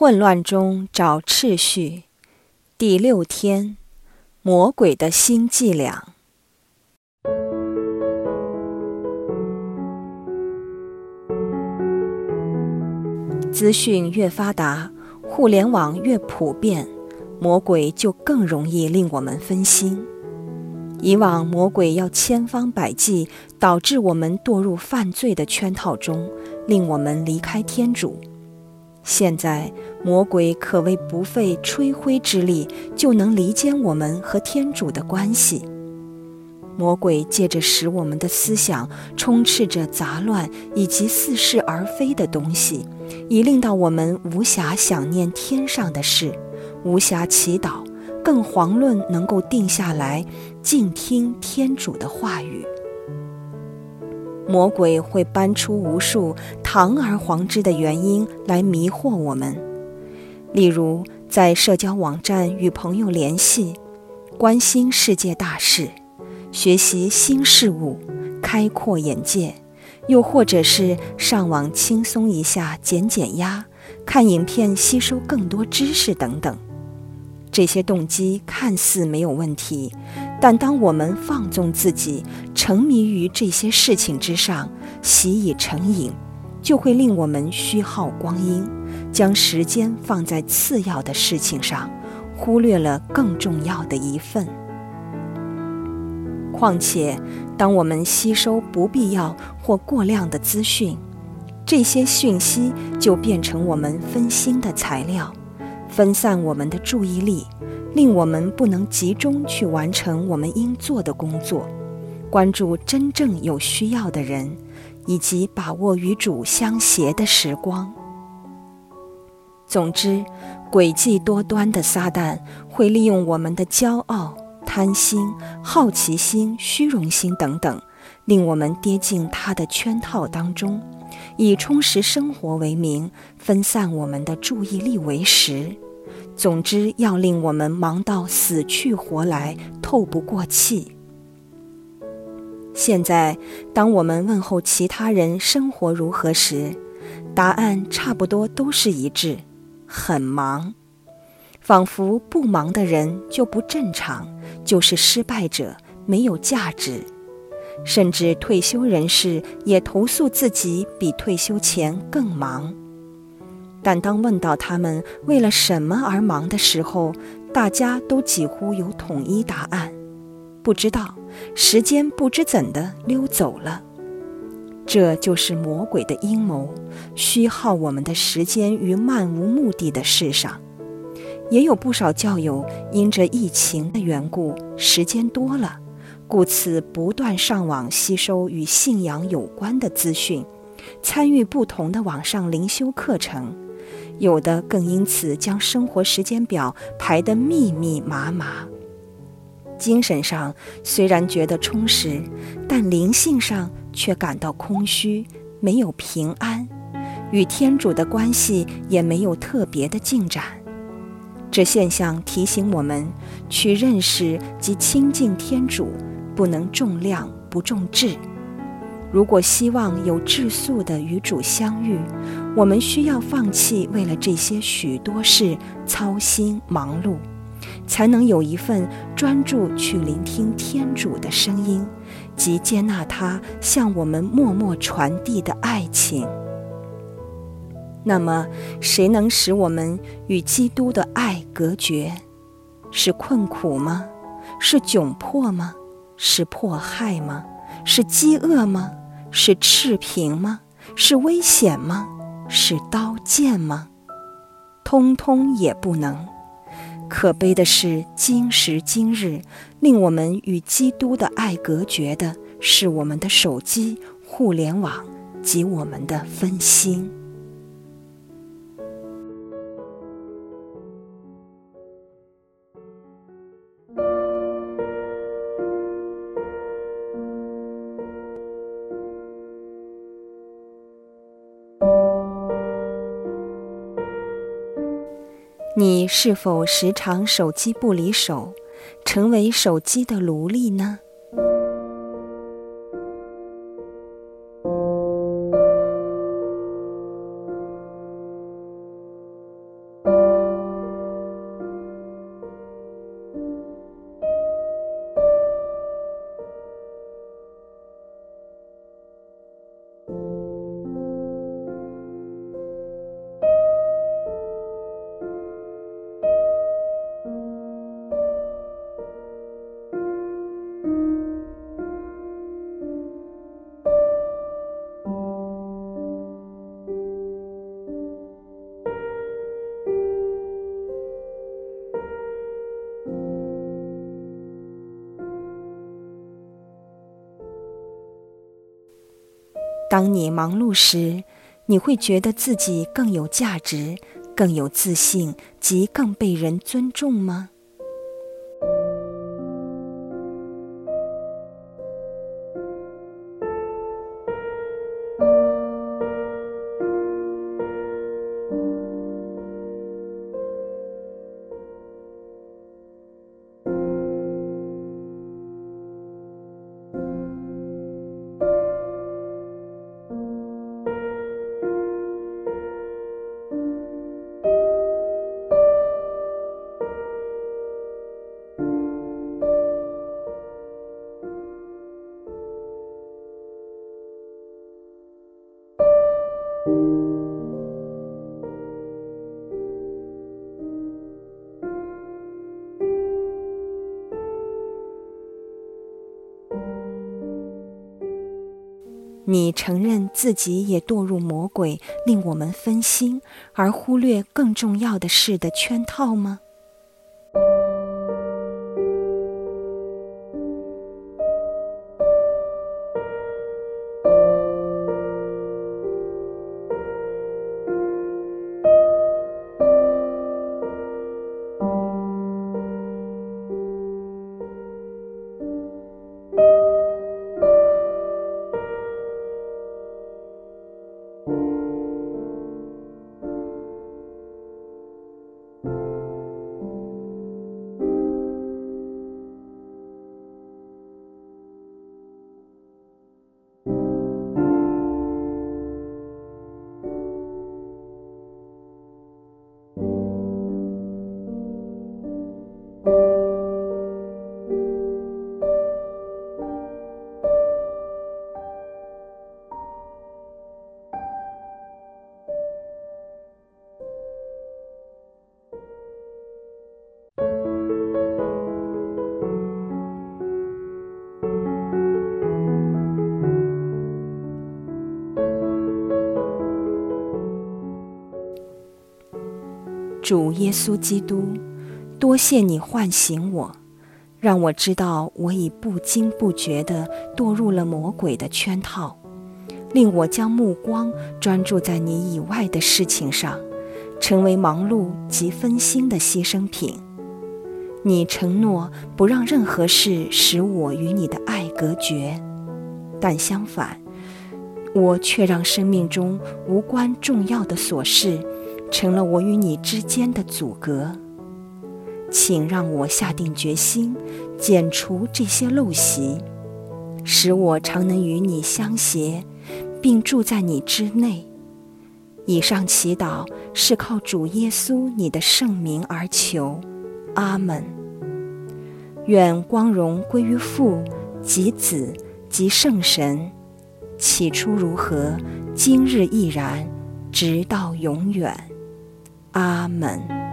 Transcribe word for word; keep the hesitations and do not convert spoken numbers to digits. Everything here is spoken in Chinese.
混乱中找秩序。第六天，魔鬼的新伎俩。资讯越发达，互联网越普遍，魔鬼就更容易令我们分心。以往魔鬼要千方百计导致我们堕入犯罪的圈套中，令我们离开天主。现在魔鬼可谓不费吹灰之力就能离间我们和天主的关系。魔鬼借着使我们的思想充斥着杂乱以及似是而非的东西，以令到我们无暇想念天上的事，无暇祈祷，更遑论能够定下来静听天主的话语。魔鬼会搬出无数堂而皇之的原因来迷惑我们，例如在社交网站与朋友联系，关心世界大事，学习新事物，开阔眼界，又或者是上网轻松一下减减压，看影片吸收更多知识等等。这些动机看似没有问题，但当我们放纵自己，沉迷于这些事情之上，习以成瘾，就会令我们虚耗光阴，将时间放在次要的事情上，忽略了更重要的一份。况且，当我们吸收不必要或过量的资讯，这些讯息就变成我们分心的材料，分散我们的注意力，令我们不能集中去完成我们应做的工作，关注真正有需要的人，以及把握与主相携的时光。总之，诡计多端的撒旦会利用我们的骄傲、贪心、好奇心、虚荣心等等，令我们跌进他的圈套当中，以充实生活为名，分散我们的注意力为实。总之，要令我们忙到死去活来，透不过气。现在，当我们问候其他人生活如何时，答案差不多都是一致：很忙。仿佛不忙的人就不正常，就是失败者，没有价值。甚至退休人士也投诉自己比退休前更忙。但当问到他们为了什么而忙的时候，大家都几乎有统一答案：不知道，时间不知怎的溜走了。这就是魔鬼的阴谋，虚耗我们的时间于漫无目的的事上。也有不少教友因着疫情的缘故，时间多了，故此不断上网吸收与信仰有关的资讯，参与不同的网上灵修课程，有的更因此将生活时间表排得密密麻麻。精神上虽然觉得充实，但灵性上却感到空虚，没有平安，与天主的关系也没有特别的进展。这现象提醒我们，去认识及亲近天主，不能重量不重质。如果希望有质素的与主相遇，我们需要放弃为了这些许多事操心忙碌，才能有一份专注去聆听天主的声音，及接纳他向我们默默传递的爱情。那么，谁能使我们与基督的爱隔绝？是困苦吗？是窘迫吗？是迫害吗？是饥饿吗？是赤贫吗？是危险吗？是刀剑吗？通通也不能。可悲的是，今时今日，令我们与基督的爱隔绝的是我们的手机、互联网及我们的分心。你是否时常手机不离手，成为手机的奴隶呢？ 当你忙碌时，你会觉得自己更有价值，更有自信，及更被人尊重吗？你承认自己也堕入魔鬼令我们分心而忽略更重要的事的圈套吗？主耶稣基督，多谢你唤醒我，让我知道我已不经不觉地堕入了魔鬼的圈套，令我将目光专注在你以外的事情上，成为忙碌及分心的牺牲品。你承诺不让任何事使我与你的爱隔绝，但相反，我却让生命中无关重要的琐事成了我与你之间的阻隔。请让我下定决心剪除这些陋习，使我常能与你相携，并住在你之内。以上祈祷是靠主耶稣你的圣名而求，阿们。愿光荣归于父及子及圣神，起初如何，今日亦然，直到永远，阿们。